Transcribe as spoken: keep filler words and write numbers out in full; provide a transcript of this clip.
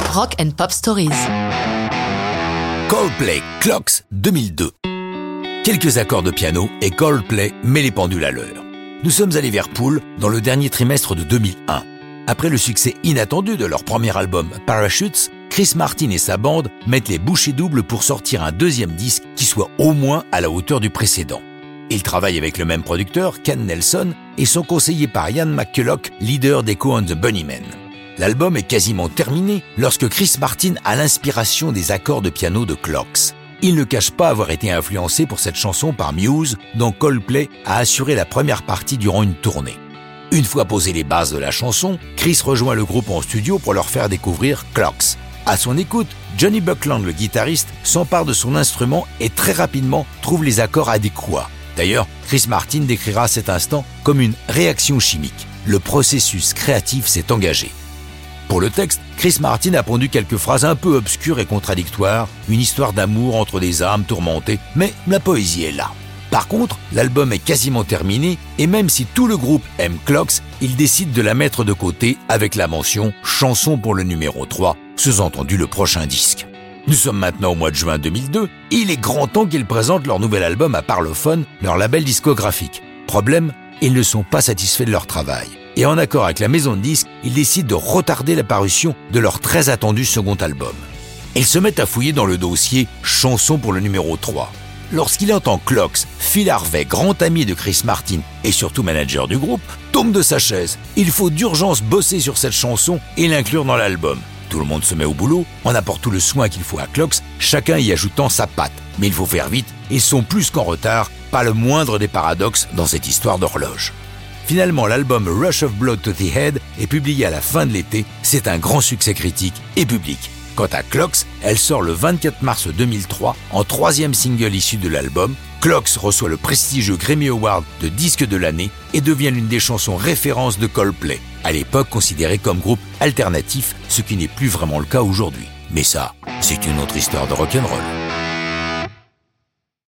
Rock and Pop Stories. Coldplay Clocks deux mille deux. Quelques accords de piano et Coldplay met les pendules à l'heure. Nous sommes à Liverpool dans le dernier trimestre de deux mille un. Après le succès inattendu de leur premier album Parachutes, Chris Martin et sa bande mettent les bouchées doubles pour sortir un deuxième disque qui soit au moins à la hauteur du précédent. Ils travaillent avec le même producteur, Ken Nelson, et sont conseillés par Ian McCulloch, leader d'Echo and the Bunnymen. L'album est quasiment terminé lorsque Chris Martin a l'inspiration des accords de piano de Clocks. Il ne cache pas avoir été influencé pour cette chanson par Muse, dont Coldplay a assuré la première partie durant une tournée. Une fois posées les bases de la chanson, Chris rejoint le groupe en studio pour leur faire découvrir Clocks. À son écoute, Johnny Buckland, le guitariste, s'empare de son instrument et très rapidement trouve les accords adéquats. D'ailleurs, Chris Martin décrira cet instant comme une réaction chimique. Le processus créatif s'est engagé. Pour le texte, Chris Martin a pondu quelques phrases un peu obscures et contradictoires, une histoire d'amour entre des âmes tourmentées, mais la poésie est là. Par contre, l'album est quasiment terminé et même si tout le groupe aime Clocks, il décide de la mettre de côté avec la mention « Chanson pour le numéro trois », sous-entendu le prochain disque. Nous sommes maintenant au mois de juin deux mille deux et il est grand temps qu'ils présentent leur nouvel album à Parlophone, leur label discographique. Problème, ils ne sont pas satisfaits de leur travail. Et en accord avec la maison de disques, ils décident de retarder la parution de leur très attendu second album. Ils se mettent à fouiller dans le dossier « Chanson pour le numéro trois ». Lorsqu'il entend Clocks, Phil Harvey, grand ami de Chris Martin et surtout manager du groupe, tombe de sa chaise. Il faut d'urgence bosser sur cette chanson et l'inclure dans l'album. Tout le monde se met au boulot, on apporte tout le soin qu'il faut à Clocks, chacun y ajoutant sa patte. Mais il faut faire vite, ils sont plus qu'en retard, pas le moindre des paradoxes dans cette histoire d'horloge. Finalement, l'album Rush of Blood to the Head est publié à la fin de l'été, c'est un grand succès critique et public. Quant à Clocks, elle sort le vingt-quatre mars deux mille trois en troisième single issu de l'album. Clocks reçoit le prestigieux Grammy Award de disque de l'année et devient l'une des chansons références de Coldplay, à l'époque considéré comme groupe alternatif, ce qui n'est plus vraiment le cas aujourd'hui. Mais ça, c'est une autre histoire de rock'n'roll.